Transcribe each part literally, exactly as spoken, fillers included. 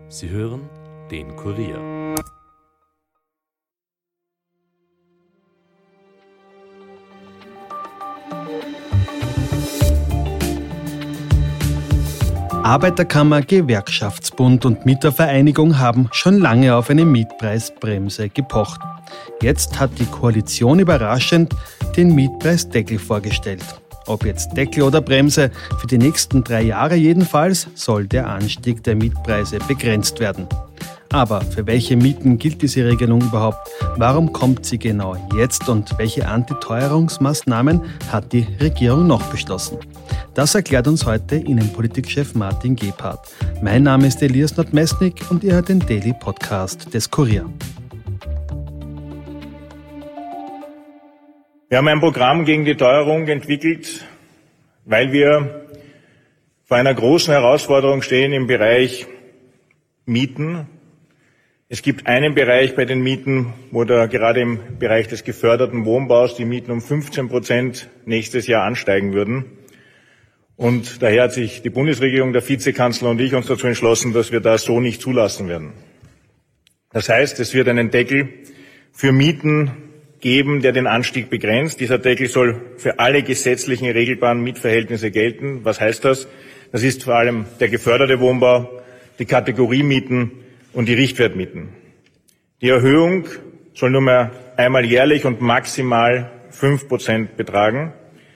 Sie hören den Kurier. Arbeiterkammer, Gewerkschaftsbund und Mietervereinigung haben schon lange auf eine Mietpreisbremse gepocht. Jetzt hat die Koalition überraschend den Mietpreisdeckel vorgestellt. Ob jetzt Deckel oder Bremse, für die nächsten drei Jahre jedenfalls soll der Anstieg der Mietpreise begrenzt werden. Aber für welche Mieten gilt diese Regelung überhaupt? Warum kommt sie genau jetzt und welche Antiteuerungsmaßnahmen hat die Regierung noch beschlossen? Das erklärt uns heute Innenpolitikchef Martin Gebhardt. Mein Name ist Elias Nordmesnik und ihr hört den Daily Podcast des Kurier. Wir haben ein Programm gegen die Teuerung entwickelt, weil wir vor einer großen Herausforderung stehen im Bereich Mieten. Es gibt einen Bereich bei den Mieten, wo da gerade im Bereich des geförderten Wohnbaus die Mieten um fünfzehn Prozent nächstes Jahr ansteigen würden. Und daher hat sich die Bundesregierung, der Vizekanzler und ich uns dazu entschlossen, dass wir das so nicht zulassen werden. Das heißt, es wird einen Deckel für Mieten geben, der den Anstieg begrenzt. Dieser Deckel soll für alle gesetzlichen regelbaren Mietverhältnisse gelten. Was heißt das? Das ist vor allem der geförderte Wohnbau, die Kategoriemieten und die Richtwertmieten. Die Erhöhung soll nur mehr einmal jährlich und maximal fünf Prozent betragen.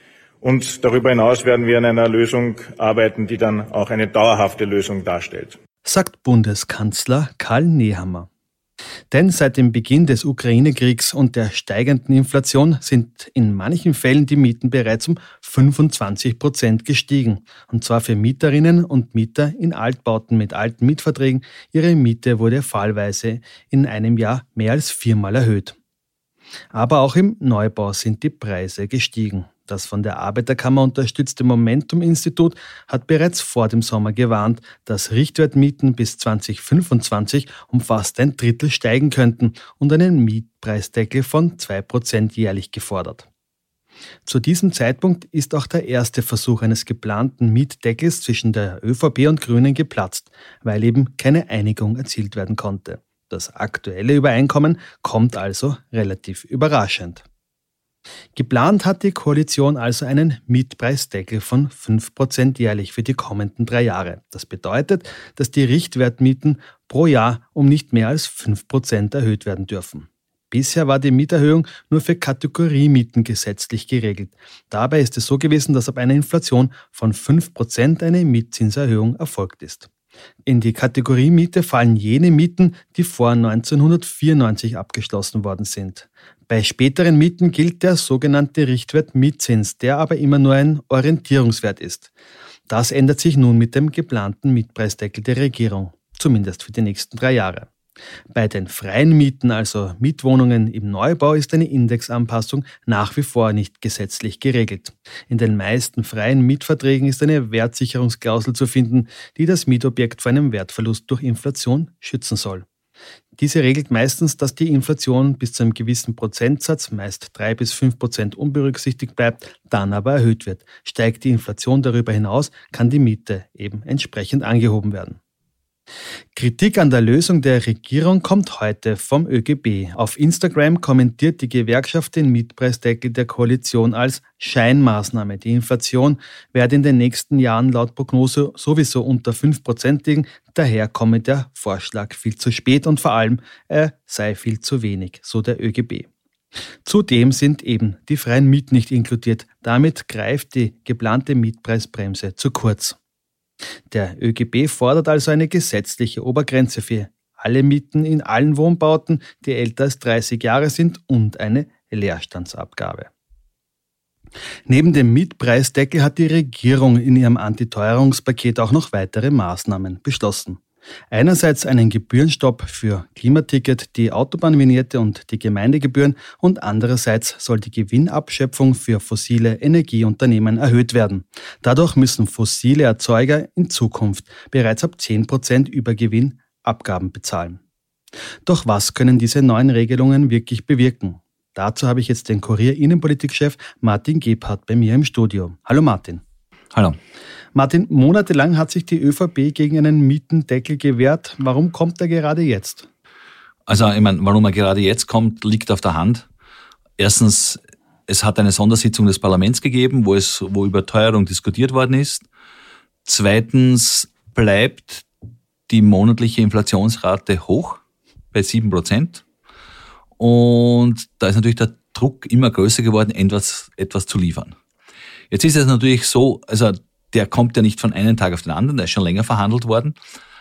Und darüber hinaus werden wir an einer Lösung arbeiten, die dann auch eine dauerhafte Lösung darstellt. Sagt Bundeskanzler Karl Nehammer. Denn seit dem Beginn des Ukraine-Kriegs und der steigenden Inflation sind in manchen Fällen die Mieten bereits um fünfundzwanzig Prozent gestiegen. Und zwar für Mieterinnen und Mieter in Altbauten mit alten Mietverträgen. Ihre Miete wurde fallweise in einem Jahr mehr als viermal erhöht. Aber auch im Neubau sind die Preise gestiegen. Das von der Arbeiterkammer unterstützte Momentum-Institut hat bereits vor dem Sommer gewarnt, dass Richtwertmieten bis zwanzig fünfundzwanzig um fast ein Drittel steigen könnten und einen Mietpreisdeckel von zwei Prozent jährlich gefordert. Zu diesem Zeitpunkt ist auch der erste Versuch eines geplanten Mietdeckels zwischen der ÖVP und Grünen geplatzt, weil eben keine Einigung erzielt werden konnte. Das aktuelle Übereinkommen kommt also relativ überraschend. Geplant hat die Koalition also einen Mietpreisdeckel von fünf Prozent jährlich für die kommenden drei Jahre. Das bedeutet, dass die Richtwertmieten pro Jahr um nicht mehr als fünf Prozent erhöht werden dürfen. Bisher war die Mieterhöhung nur für Kategoriemieten gesetzlich geregelt. Dabei ist es so gewesen, dass ab einer Inflation von fünf Prozent eine Mietzinserhöhung erfolgt ist. In die Kategoriemiete fallen jene Mieten, die vor neunzehnhundertvierundneunzig abgeschlossen worden sind. Bei späteren Mieten gilt der sogenannte Richtwert-Mietzins, der aber immer nur ein Orientierungswert ist. Das ändert sich nun mit dem geplanten Mietpreisdeckel der Regierung, zumindest für die nächsten drei Jahre. Bei den freien Mieten, also Mietwohnungen im Neubau, ist eine Indexanpassung nach wie vor nicht gesetzlich geregelt. In den meisten freien Mietverträgen ist eine Wertsicherungsklausel zu finden, die das Mietobjekt vor einem Wertverlust durch Inflation schützen soll. Diese regelt meistens, dass die Inflation bis zu einem gewissen Prozentsatz, meist drei bis fünf Prozent unberücksichtigt bleibt, dann aber erhöht wird. Steigt die Inflation darüber hinaus, kann die Miete eben entsprechend angehoben werden. Kritik an der Lösung der Regierung kommt heute vom ÖGB. Auf Instagram kommentiert die Gewerkschaft den Mietpreisdeckel der Koalition als Scheinmaßnahme. Die Inflation werde in den nächsten Jahren laut Prognose sowieso unter fünf Prozent liegen. Daher komme der Vorschlag viel zu spät und vor allem er sei viel zu wenig, so der ÖGB. Zudem sind eben die freien Mieten nicht inkludiert. Damit greift die geplante Mietpreisbremse zu kurz. Der ÖGB fordert also eine gesetzliche Obergrenze für alle Mieten in allen Wohnbauten, die älter als dreißig Jahre sind, und eine Leerstandsabgabe. Neben dem Mietpreisdeckel hat die Regierung in ihrem Antiteuerungspaket auch noch weitere Maßnahmen beschlossen. Einerseits einen Gebührenstopp für Klimaticket, die Autobahnvignette und die Gemeindegebühren und andererseits soll die Gewinnabschöpfung für fossile Energieunternehmen erhöht werden. Dadurch müssen fossile Erzeuger in Zukunft bereits ab zehn Prozent Übergewinn Abgaben bezahlen. Doch was können diese neuen Regelungen wirklich bewirken? Dazu habe ich jetzt den Kurier Innenpolitikchef Martin Gebhardt bei mir im Studio. Hallo Martin. Hallo. Martin, monatelang hat sich die ÖVP gegen einen Mietendeckel gewehrt. Warum kommt er gerade jetzt? Also, ich meine, warum er gerade jetzt kommt, liegt auf der Hand. Erstens, es hat eine Sondersitzung des Parlaments gegeben, wo es, wo über Teuerung diskutiert worden ist. Zweitens bleibt die monatliche Inflationsrate hoch bei sieben Prozent. Und da ist natürlich der Druck immer größer geworden, etwas, etwas zu liefern. Jetzt ist es natürlich so, also der kommt ja nicht von einem Tag auf den anderen, der ist schon länger verhandelt worden.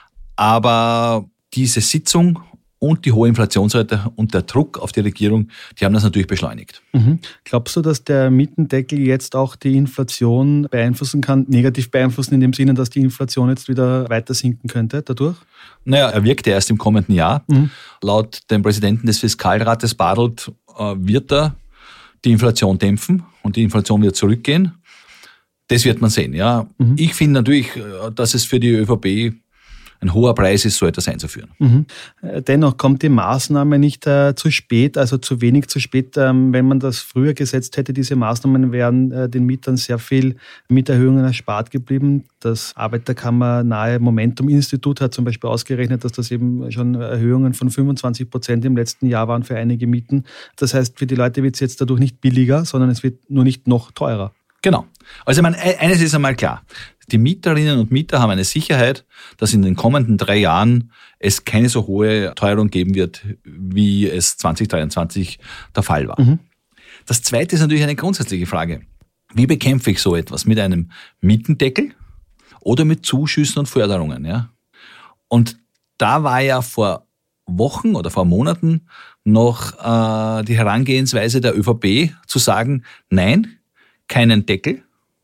Aber diese Sitzung und die hohe Inflationsrate und der Druck auf die Regierung, die haben das natürlich beschleunigt. Mhm. Glaubst du, dass der Mietendeckel jetzt auch die Inflation beeinflussen kann, negativ beeinflussen, in dem Sinne, dass die Inflation jetzt wieder weiter sinken könnte dadurch? Naja, er wirkt ja erst im kommenden Jahr. Mhm. Laut dem Präsidenten des Fiskalrates Bartelt äh, wird er die Inflation dämpfen und die Inflation wird zurückgehen. Das wird man sehen. Ja. Mhm. Ich finde natürlich, dass es für die ÖVP ein hoher Preis ist, so etwas einzuführen. Mhm. Dennoch kommt die Maßnahme nicht äh, zu spät, also zu wenig zu spät. Ähm, wenn man das früher gesetzt hätte, diese Maßnahmen wären äh, den Mietern sehr viel Mieterhöhungen erspart geblieben. Das Arbeiterkammer nahe Momentum-Institut hat zum Beispiel ausgerechnet, dass das eben schon Erhöhungen von fünfundzwanzig Prozent im letzten Jahr waren für einige Mieten. Das heißt, für die Leute wird es jetzt dadurch nicht billiger, sondern es wird nur nicht noch teurer. Genau. Also ich meine, eines ist einmal klar. Die Mieterinnen und Mieter haben eine Sicherheit, dass in den kommenden drei Jahren es keine so hohe Teuerung geben wird, wie es zwanzig dreiundzwanzig der Fall war. Mhm. Das Zweite ist natürlich eine grundsätzliche Frage. Wie bekämpfe ich so etwas? Mit einem Mietendeckel oder mit Zuschüssen und Förderungen? Ja? Und da war ja vor Wochen oder vor Monaten noch äh, die Herangehensweise der ÖVP zu sagen, nein, keinen Deckel,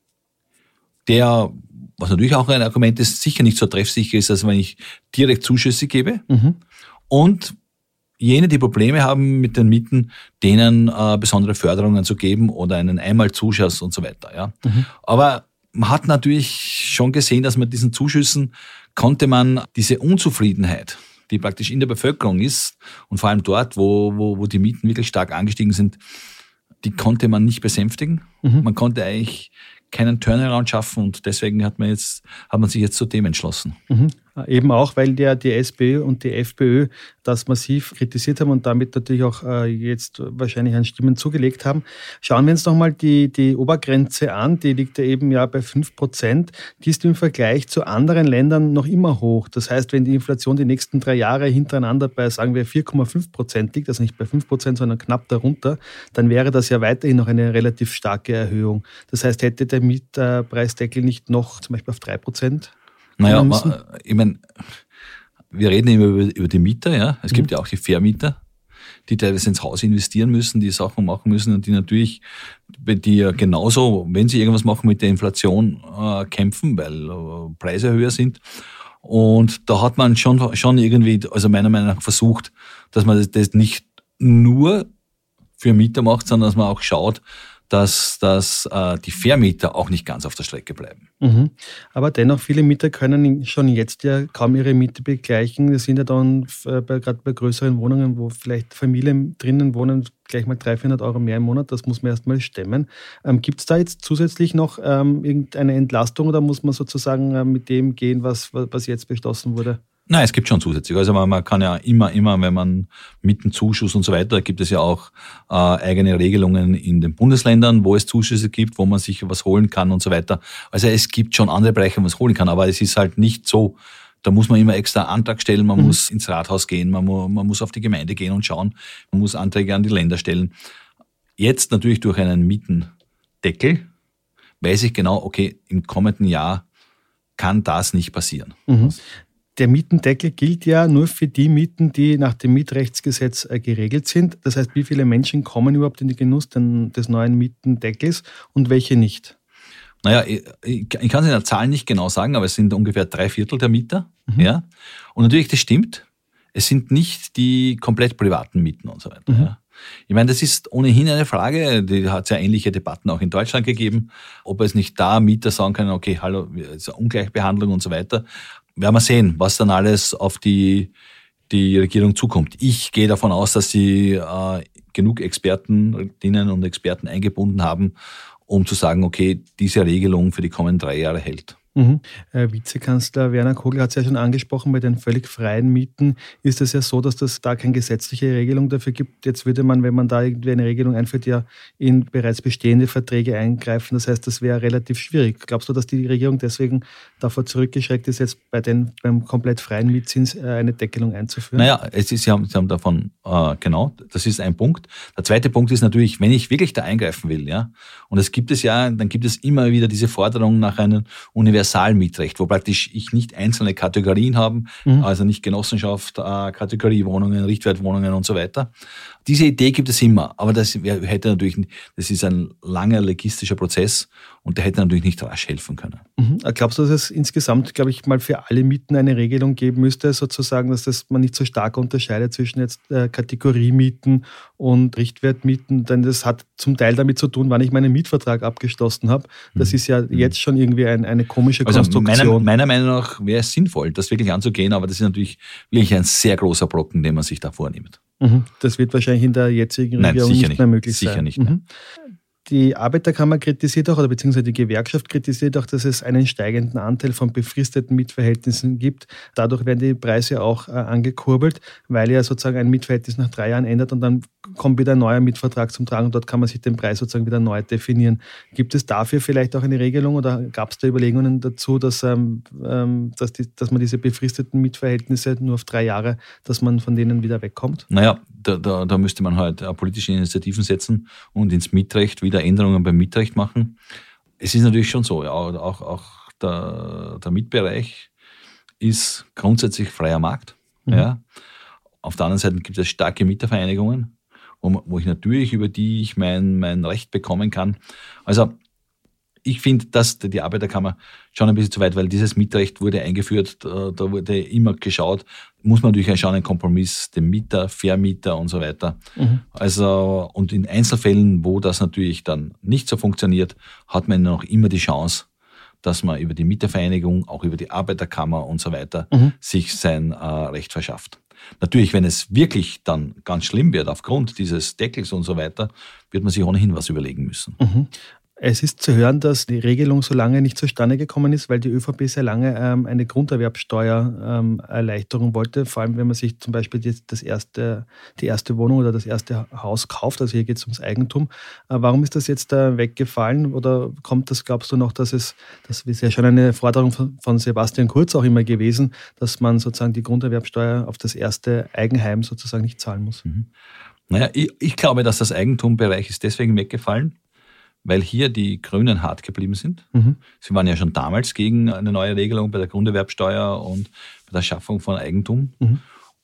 der, was natürlich auch ein Argument ist, sicher nicht so treffsicher ist, als wenn ich direkt Zuschüsse gebe. Mhm. Und jene, die Probleme haben mit den Mieten, denen äh, besondere Förderungen zu geben oder einen Einmalzuschuss und so weiter. Ja. Mhm. Aber man hat natürlich schon gesehen, dass mit diesen Zuschüssen konnte man diese Unzufriedenheit, die praktisch in der Bevölkerung ist und vor allem dort, wo, wo, wo die Mieten wirklich stark angestiegen sind, die konnte man nicht besänftigen. Mhm. Man konnte eigentlich keinen Turnaround schaffen und deswegen hat man jetzt, hat man sich jetzt zu dem entschlossen. Mhm. Eben auch, weil der, die SPÖ und die FPÖ das massiv kritisiert haben und damit natürlich auch äh, jetzt wahrscheinlich an Stimmen zugelegt haben. Schauen wir uns nochmal die, die Obergrenze an, die liegt ja eben ja bei fünf Prozent. Die ist im Vergleich zu anderen Ländern noch immer hoch. Das heißt, wenn die Inflation die nächsten drei Jahre hintereinander bei, sagen wir, vier Komma fünf Prozent liegt, also nicht bei fünf Prozent, sondern knapp darunter, dann wäre das ja weiterhin noch eine relativ starke Erhöhung. Das heißt, hätte der Mietpreisdeckel nicht noch zum Beispiel auf drei Prozent Naja, ich meine, wir reden immer über, über die Mieter, ja. Es mhm. gibt ja auch die Vermieter, die teilweise ins Haus investieren müssen, die Sachen machen müssen und die natürlich, die ja genauso, wenn sie irgendwas machen, mit der Inflation äh, kämpfen, weil äh, Preise höher sind. Und da hat man schon, schon irgendwie, also meiner Meinung nach versucht, dass man das, das nicht nur für Mieter macht, sondern dass man auch schaut, dass, dass äh, die Vermieter auch nicht ganz auf der Strecke bleiben. Mhm. Aber dennoch, viele Mieter können schon jetzt ja kaum ihre Miete begleichen. Das sind ja dann äh, gerade bei größeren Wohnungen, wo vielleicht Familien drinnen wohnen, gleich mal dreihundert, vierhundert Euro mehr im Monat. Das muss man erst mal stemmen. Ähm, Gibt es da jetzt zusätzlich noch ähm, irgendeine Entlastung oder muss man sozusagen äh, mit dem gehen, was, was jetzt beschlossen wurde? Nein, es gibt schon zusätzlich. Also man, man kann ja immer, immer, wenn man Mietenzuschuss und so weiter, gibt es ja auch äh, eigene Regelungen in den Bundesländern, wo es Zuschüsse gibt, wo man sich was holen kann und so weiter. Also es gibt schon andere Bereiche, wo man es holen kann, aber es ist halt nicht so, da muss man immer extra Antrag stellen, man mhm. muss ins Rathaus gehen, man, mu- man muss auf die Gemeinde gehen und schauen, man muss Anträge an die Länder stellen. Jetzt natürlich durch einen Mietendeckel weiß ich genau, okay, im kommenden Jahr kann das nicht passieren. Mhm. Der Mietendeckel gilt ja nur für die Mieten, die nach dem Mietrechtsgesetz geregelt sind. Das heißt, wie viele Menschen kommen überhaupt in den Genuss des neuen Mietendeckels und welche nicht? Naja, ich, ich kann es in der Zahl nicht genau sagen, aber es sind ungefähr drei Viertel der Mieter. Mhm. Ja. Und natürlich, das stimmt, es sind nicht die komplett privaten Mieten und so weiter. Mhm. Ja. Ich meine, das ist ohnehin eine Frage, die hat es ja ähnliche Debatten auch in Deutschland gegeben, ob es nicht da Mieter sagen können, okay, hallo, es ist eine Ungleichbehandlung und so weiter. Werden wir sehen, was dann alles auf die, die Regierung zukommt. Ich gehe davon aus, dass sie äh, genug Expertinnen und Experten eingebunden haben, um zu sagen, okay, diese Regelung für die kommenden drei Jahre hält. Mhm. Äh, Vizekanzler Werner Kogel hat es ja schon angesprochen, bei den völlig freien Mieten ist es ja so, dass es da keine gesetzliche Regelung dafür gibt. Jetzt würde man, wenn man da irgendwie eine Regelung einführt, ja in bereits bestehende Verträge eingreifen. Das heißt, das wäre relativ schwierig. Glaubst du, dass die Regierung deswegen davor zurückgeschreckt ist, jetzt bei den, beim komplett freien Mietzins äh, eine Deckelung einzuführen? Naja, es ist, Sie haben, Sie haben davon, äh, genau, das ist ein Punkt. Der zweite Punkt ist natürlich, wenn ich wirklich da eingreifen will, ja, und es gibt es ja, dann gibt es immer wieder diese Forderung nach einem Universalmietrecht, wo praktisch ich nicht einzelne Kategorien habe, mhm. also nicht Genossenschaft, äh, Kategoriewohnungen, Richtwertwohnungen und so weiter. Diese Idee gibt es immer, aber das hätte natürlich, das ist ein langer legistischer Prozess und der hätte natürlich nicht rasch helfen können. Mhm. Glaubst du, dass es insgesamt, glaube ich, mal für alle Mieten eine Regelung geben müsste, sozusagen, dass das man nicht so stark unterscheidet zwischen jetzt äh, Kategoriemieten und Richtwertmieten, denn das hat zum Teil damit zu tun, wann ich meinen Mietvertrag abgeschlossen habe. Das mhm. ist ja jetzt schon irgendwie ein, eine komische also Konstruktion. Meiner, meiner Meinung nach wäre es sinnvoll, das wirklich anzugehen, aber das ist natürlich wirklich ein sehr großer Brocken, den man sich da vornimmt. Mhm. Das wird wahrscheinlich in der jetzigen Regierung Nein, nicht, nicht mehr möglich sicher sein. Sicher nicht. Mhm. Die Arbeiterkammer kritisiert auch, oder beziehungsweise die Gewerkschaft kritisiert auch, dass es einen steigenden Anteil von befristeten Mietverhältnissen gibt. Dadurch werden die Preise auch äh, angekurbelt, weil ja sozusagen ein Mietverhältnis nach drei Jahren ändert und dann kommt wieder ein neuer Mietvertrag zum Tragen und dort kann man sich den Preis sozusagen wieder neu definieren. Gibt es dafür vielleicht auch eine Regelung oder gab es da Überlegungen dazu, dass, ähm, dass, die, dass man diese befristeten Mietverhältnisse nur auf drei Jahre, dass man von denen wieder wegkommt? Naja, da, da, da müsste man halt politische Initiativen setzen und ins Mietrecht wieder Änderungen beim Mietrecht machen. Es ist natürlich schon so, ja, auch, auch der, der Mietbereich ist grundsätzlich freier Markt. Mhm. Ja. Auf der anderen Seite gibt es starke Mietervereinigungen, wo, wo ich natürlich, über die ich mein, mein Recht bekommen kann. Also ich finde, dass die Arbeiterkammer schon ein bisschen zu weit, weil dieses Mietrecht wurde eingeführt, da, da wurde immer geschaut, muss man natürlich schauen, einen Kompromiss, den Mieter, Vermieter und so weiter. Mhm. Also, und in Einzelfällen, wo das natürlich dann nicht so funktioniert, hat man noch immer die Chance, dass man über die Mietervereinigung, auch über die Arbeiterkammer und so weiter, mhm. sich sein äh, Recht verschafft. Natürlich, wenn es wirklich dann ganz schlimm wird, aufgrund dieses Deckels und so weiter, wird man sich ohnehin was überlegen müssen. Mhm. Es ist zu hören, dass die Regelung so lange nicht zustande gekommen ist, weil die ÖVP sehr lange ähm, eine Grunderwerbsteuererleichterung ähm, wollte. Vor allem, wenn man sich zum Beispiel die, das erste, die erste Wohnung oder das erste Haus kauft. Also hier geht es ums Eigentum. Äh, warum ist das jetzt äh, weggefallen? Oder kommt das, glaubst du noch, dass es, das ist ja schon eine Forderung von, von Sebastian Kurz auch immer gewesen, dass man sozusagen die Grunderwerbsteuer auf das erste Eigenheim sozusagen nicht zahlen muss? Mhm. Naja, ich, ich glaube, dass das Eigentumbereich ist deswegen weggefallen, weil hier die Grünen hart geblieben sind. Mhm. Sie waren ja schon damals gegen eine neue Regelung bei der Grunderwerbsteuer und bei der Schaffung von Eigentum. Mhm.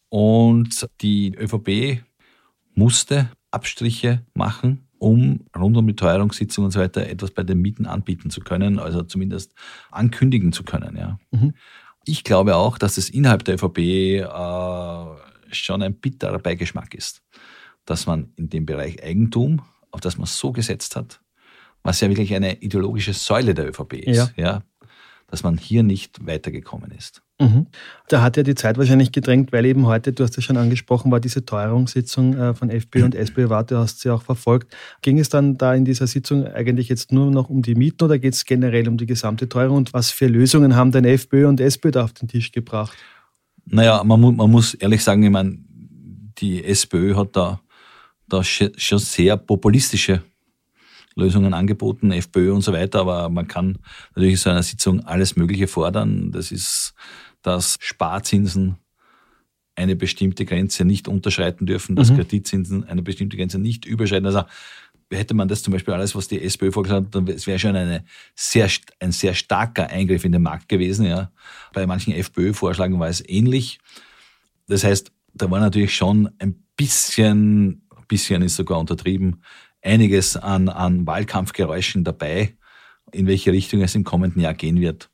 Und die ÖVP musste Abstriche machen, um rund um die Teuerungssitzung und so weiter etwas bei den Mieten anbieten zu können, also zumindest ankündigen zu können. Ja. Mhm. Ich glaube auch, dass es innerhalb der ÖVP äh, schon ein bitterer Beigeschmack ist, dass man in dem Bereich Eigentum, auf das man so gesetzt hat, was ja wirklich eine ideologische Säule der ÖVP ist, ja. Ja, dass man hier nicht weitergekommen ist. Mhm. Da hat ja die Zeit wahrscheinlich gedrängt, weil eben heute, du hast ja schon angesprochen, war diese Teuerungssitzung von FPÖ und SPÖ, war, du hast sie auch verfolgt. Ging es dann da in dieser Sitzung eigentlich jetzt nur noch um die Mieten oder geht es generell um die gesamte Teuerung und was für Lösungen haben denn FPÖ und SPÖ da auf den Tisch gebracht? Naja, man, mu- man muss ehrlich sagen, ich meine, die SPÖ hat da, da schon sehr populistische Lösungen angeboten, FPÖ und so weiter, aber man kann natürlich in so einer Sitzung alles Mögliche fordern. Das ist, dass Sparzinsen eine bestimmte Grenze nicht unterschreiten dürfen, dass mhm. Kreditzinsen eine bestimmte Grenze nicht überschreiten. Also hätte man das zum Beispiel alles, was die SPÖ vorgeschlagen hat, dann wäre schon eine sehr, ein sehr starker Eingriff in den Markt gewesen. Ja. Bei manchen FPÖ-Vorschlägen war es ähnlich. Das heißt, da war natürlich schon ein bisschen, ein bisschen ist sogar untertrieben, einiges an, an Wahlkampfgeräuschen dabei, in welche Richtung es im kommenden Jahr gehen wird.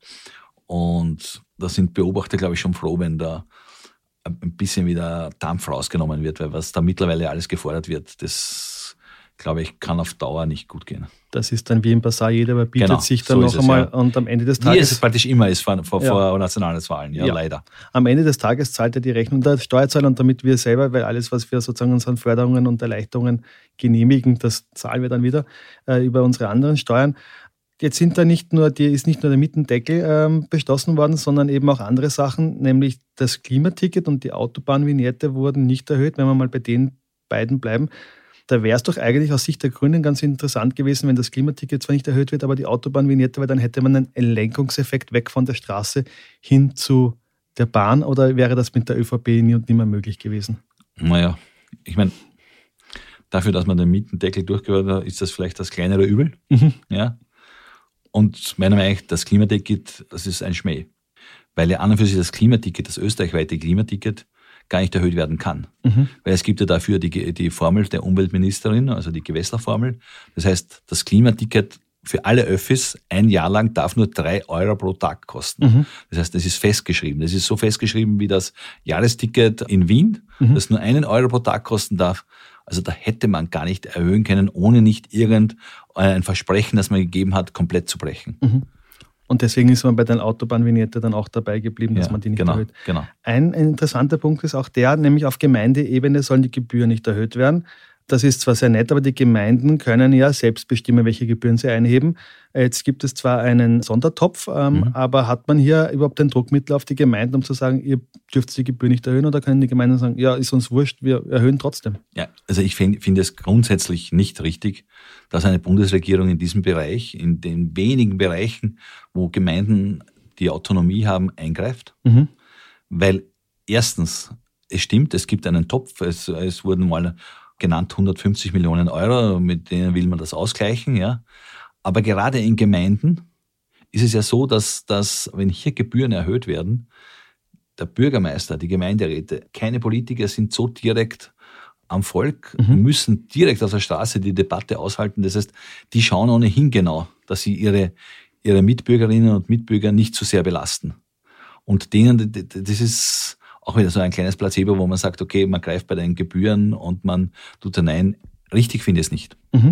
Und da sind Beobachter, glaube ich, schon froh, wenn da ein bisschen wieder Dampf rausgenommen wird, weil was da mittlerweile alles gefordert wird, das, glaube ich, kann auf Dauer nicht gut gehen. Das ist dann wie im Basar, jeder überbietet Genau, sich dann so noch ist es, einmal ja. und am Ende des Wie Tages... es praktisch immer ist vor, vor, Ja. vor Nationalratswahlen, ja, Ja. leider. Am Ende des Tages zahlt er die Rechnung der Steuerzahler und damit wir selber, weil alles, was wir sozusagen unseren Förderungen und Erleichterungen genehmigen, das zahlen wir dann wieder äh, über unsere anderen Steuern. Jetzt sind da nicht nur, die ist nicht nur der Mietendeckel ähm, beschlossen worden, sondern eben auch andere Sachen, nämlich das Klimaticket und die Autobahnvignette wurden nicht erhöht, wenn wir mal bei den beiden bleiben. Da wäre es doch eigentlich aus Sicht der Grünen ganz interessant gewesen, wenn das Klimaticket zwar nicht erhöht wird, aber die Autobahnvignette, weil dann hätte man einen Lenkungseffekt weg von der Straße hin zu der Bahn, oder wäre das mit der ÖVP nie und nimmer möglich gewesen? Naja, ich meine, dafür, dass man den Mietendeckel durchgehört hat, ist das vielleicht das kleinere Übel. Mhm. Ja. Und meiner Meinung nach, das Klimaticket, das ist ein Schmäh. Weil ja an und für sich das Klimaticket, das österreichweite Klimaticket, gar nicht erhöht werden kann. Mhm. Weil es gibt ja dafür die, die Formel der Umweltministerin, also die Gewässler-Formel. Das heißt, das Klimaticket für alle Öffis ein Jahr lang darf nur drei Euro pro Tag kosten. Mhm. Das heißt, das ist festgeschrieben. Das ist so festgeschrieben wie das Jahresticket in Wien, Mhm. das nur einen Euro pro Tag kosten darf. Also da hätte man gar nicht erhöhen können, ohne nicht irgendein Versprechen, das man gegeben hat, komplett zu brechen. Mhm. Und deswegen ist man bei der Autobahnvignette dann auch dabei geblieben, dass Ja, man die nicht genau, erhöht. genau. Ein interessanter Punkt ist auch der, nämlich auf Gemeindeebene sollen die Gebühren nicht erhöht werden. Das ist zwar sehr nett, aber die Gemeinden können ja selbst bestimmen, welche Gebühren sie einheben. Jetzt gibt es zwar einen Sondertopf, ähm, Mhm. aber hat man hier überhaupt ein Druckmittel auf die Gemeinden, um zu sagen, ihr dürft die Gebühr nicht erhöhen, oder können die Gemeinden sagen, ja, ist uns wurscht, wir erhöhen trotzdem? Ja, also ich finde find es grundsätzlich nicht richtig, dass eine Bundesregierung in diesem Bereich, in den wenigen Bereichen, wo Gemeinden die Autonomie haben, eingreift. Mhm. Weil erstens, es stimmt, es gibt einen Topf, es, es wurden mal genannt hundertfünfzig Millionen Euro, mit denen will man das ausgleichen, ja. Aber gerade in Gemeinden ist es ja so, dass, dass wenn hier Gebühren erhöht werden, der Bürgermeister, die Gemeinderäte, keine Politiker sind so direkt am Volk, Mhm. müssen direkt auf der Straße die Debatte aushalten. Das heißt, die schauen ohnehin genau, dass sie ihre, ihre Mitbürgerinnen und Mitbürger nicht zu sehr belasten. Und denen, das ist auch wieder so ein kleines Placebo, wo man sagt, okay, man greift bei den Gebühren und man tut da nein. Richtig finde ich es nicht. Mhm.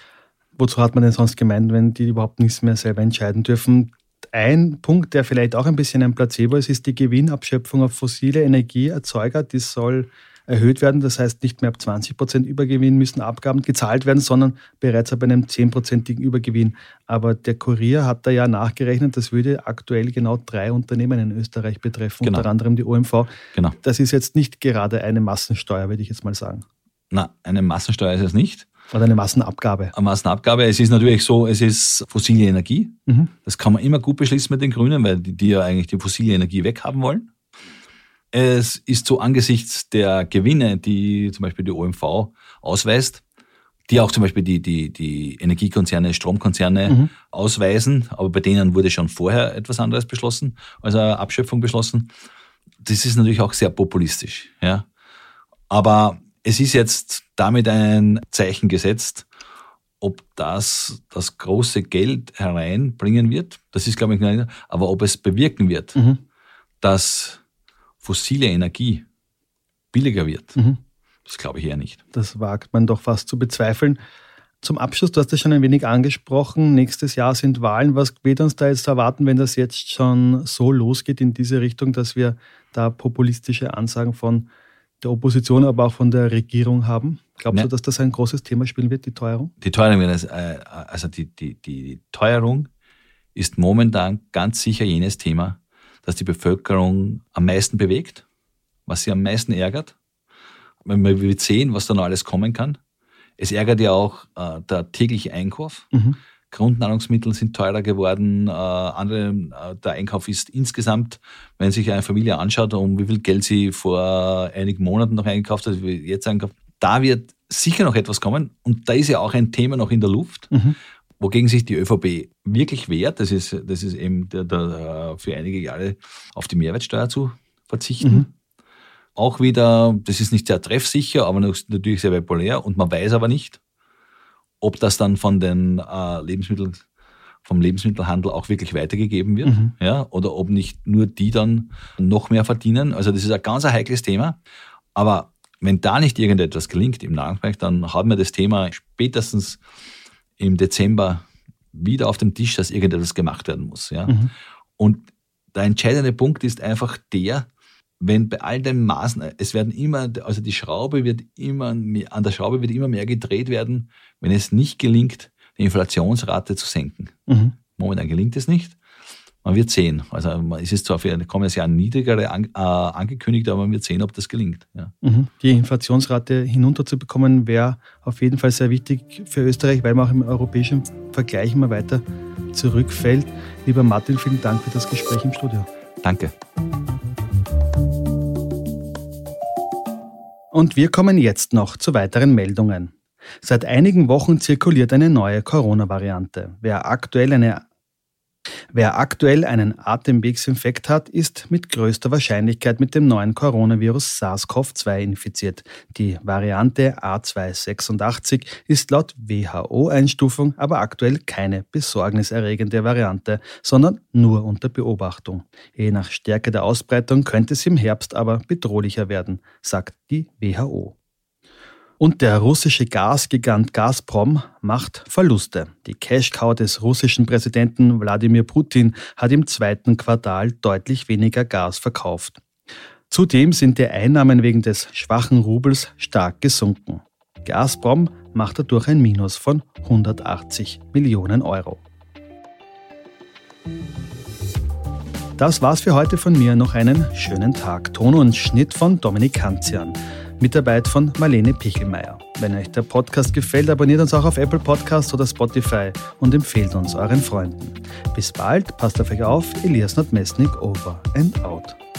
Wozu hat man denn sonst Gemeinden, wenn die überhaupt nichts mehr selber entscheiden dürfen? Ein Punkt, der vielleicht auch ein bisschen ein Placebo ist, ist die Gewinnabschöpfung auf fossile Energieerzeuger. Die soll erhöht werden. Das heißt, nicht mehr ab zwanzig Prozent Übergewinn müssen Abgaben gezahlt werden, sondern bereits ab einem zehnprozentigen Übergewinn. Aber der Kurier hat da ja nachgerechnet, das würde aktuell genau drei Unternehmen in Österreich betreffen, Genau. unter anderem die O M V. Genau. Das ist jetzt nicht gerade eine Massensteuer, würde ich jetzt mal sagen. Na, eine Massensteuer ist es nicht. Oder eine Massenabgabe. Eine Massenabgabe. Es ist natürlich so, es ist fossile Energie. Mhm. Das kann man immer gut beschließen mit den Grünen, weil die, die ja eigentlich die fossile Energie weghaben wollen. Es ist so angesichts der Gewinne, die zum Beispiel die O M V ausweist, die auch zum Beispiel die, die, die Energiekonzerne, Stromkonzerne Mhm. ausweisen, aber bei denen wurde schon vorher etwas anderes beschlossen, also eine Abschöpfung beschlossen. Das ist natürlich auch sehr populistisch, ja. Aber es ist jetzt damit ein Zeichen gesetzt, ob das das große Geld hereinbringen wird, das ist, glaube ich, nicht, aber ob es bewirken wird, Mhm. dass fossile Energie billiger wird, Mhm. das glaube ich eher nicht. Das wagt man doch fast zu bezweifeln. Zum Abschluss, du hast das schon ein wenig angesprochen, nächstes Jahr sind Wahlen. Was wird uns da jetzt erwarten, wenn das jetzt schon so losgeht in diese Richtung, dass wir da populistische Ansagen von der Opposition, aber auch von der Regierung haben? Glaubst Ne. du, dass das ein großes Thema spielen wird, die Teuerung? Die Teuerung, wird es, äh, also die, die, die Teuerung ist momentan ganz sicher jenes Thema, das die Bevölkerung am meisten bewegt, was sie am meisten ärgert. Wenn wir wird sehen, was da noch alles kommen kann. Es ärgert ja auch äh, der tägliche Einkauf. Mhm. Grundnahrungsmittel sind teurer geworden. Äh, andere, äh, der Einkauf ist insgesamt, wenn sich eine Familie anschaut, um wie viel Geld sie vor einigen Monaten noch eingekauft hat, wie jetzt einkauft, da wird sicher noch etwas kommen. Und da ist ja auch ein Thema noch in der Luft, Mhm. wogegen sich die ÖVP wirklich wehrt. Das ist, das ist eben der, der, für einige Jahre auf die Mehrwertsteuer zu verzichten. Mhm. Auch wieder, das ist nicht sehr treffsicher, aber natürlich sehr populär. Und man weiß aber nicht, ob das dann von den äh, Lebensmitteln, vom Lebensmittelhandel auch wirklich weitergegeben wird, Mhm. ja, oder ob nicht nur die dann noch mehr verdienen. Also das ist ein ganz ein heikles Thema. Aber wenn da nicht irgendetwas gelingt im Nahrungsbereich, dann haben wir das Thema spätestens im Dezember wieder auf dem Tisch, dass irgendetwas gemacht werden muss. Ja? Mhm. Und der entscheidende Punkt ist einfach der, wenn bei all den Maßnahmen, es werden immer, also die Schraube wird immer mehr, an der Schraube wird immer mehr gedreht werden, wenn es nicht gelingt, die Inflationsrate zu senken. Mhm. Momentan gelingt es nicht. Man wird sehen. Also es ist zwar für ein kommendes Jahr niedrigere an, äh, angekündigt, aber man wird sehen, ob das gelingt. Ja. Mhm. Die Inflationsrate hinunterzubekommen, wäre auf jeden Fall sehr wichtig für Österreich, weil man auch im europäischen Vergleich immer weiter zurückfällt. Lieber Martin, vielen Dank für das Gespräch im Studio. Danke. Und wir kommen jetzt noch zu weiteren Meldungen. Seit einigen Wochen zirkuliert eine neue Corona-Variante. Wer aktuell eine Wer aktuell einen Atemwegsinfekt hat, ist mit größter Wahrscheinlichkeit mit dem neuen Coronavirus SARS-C o V zwei infiziert. Die Variante A zwei sechsundachtzig ist laut W H O-Einstufung aber aktuell keine besorgniserregende Variante, sondern nur unter Beobachtung. Je nach Stärke der Ausbreitung könnte sie im Herbst aber bedrohlicher werden, sagt die W H O. Und der russische Gasgigant Gazprom macht Verluste. Die Cash-Cow des russischen Präsidenten Wladimir Putin hat im zweiten Quartal deutlich weniger Gas verkauft. Zudem sind die Einnahmen wegen des schwachen Rubels stark gesunken. Gazprom macht dadurch ein Minus von hundertachtzig Millionen Euro. Das war's für heute von mir. Noch einen schönen Tag. Ton und Schnitt von Dominik Kanzian. Mitarbeit von Marlene Pichelmeier. Wenn euch der Podcast gefällt, abonniert uns auch auf Apple Podcasts oder Spotify und empfehlt uns euren Freunden. Bis bald, passt auf euch auf, Elias Nordmestnik over and out.